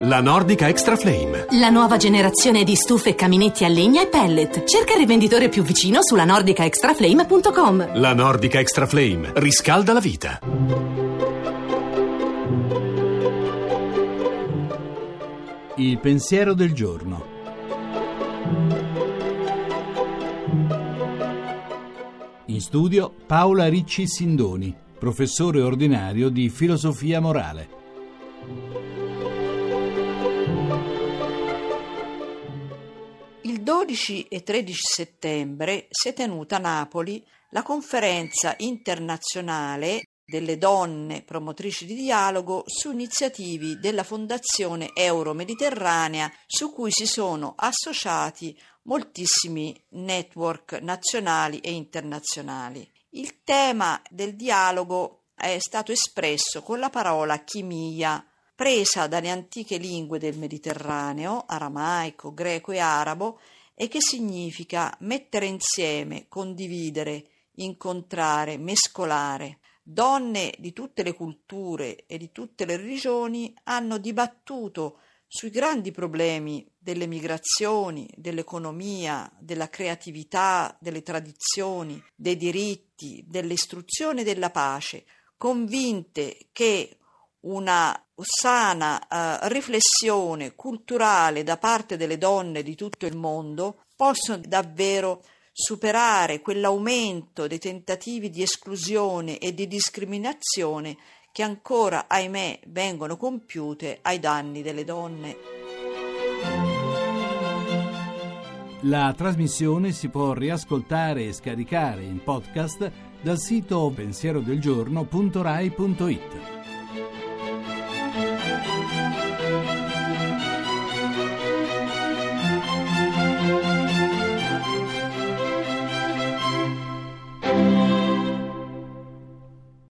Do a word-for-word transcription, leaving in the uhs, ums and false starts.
La Nordica Extra Flame. La nuova generazione di stufe e caminetti a legna e pellet. Cerca il rivenditore più vicino sulla nordica extra flame punto com. La Nordica Extra Flame riscalda la vita. Il pensiero del giorno. In studio Paola Ricci Sindoni, professore ordinario di filosofia morale. Il dodici e tredici settembre si è tenuta a Napoli la conferenza internazionale delle donne promotrici di dialogo su iniziativi della Fondazione Euro-Mediterranea, su cui si sono associati moltissimi network nazionali e internazionali. Il tema del dialogo è stato espresso con la parola chimia, presa dalle antiche lingue del Mediterraneo, aramaico, greco e arabo, e che significa mettere insieme, condividere, incontrare, mescolare. Donne di tutte le culture e di tutte le religioni hanno dibattuto sui grandi problemi delle migrazioni, dell'economia, della creatività, delle tradizioni, dei diritti, dell'istruzione e della pace, convinte che una sana uh, riflessione culturale da parte delle donne di tutto il mondo possono davvero superare quell'aumento dei tentativi di esclusione e di discriminazione che ancora, ahimè, vengono compiute ai danni delle donne. La trasmissione si può riascoltare e scaricare in podcast dal sito pensierodelgiorno punto rai punto it.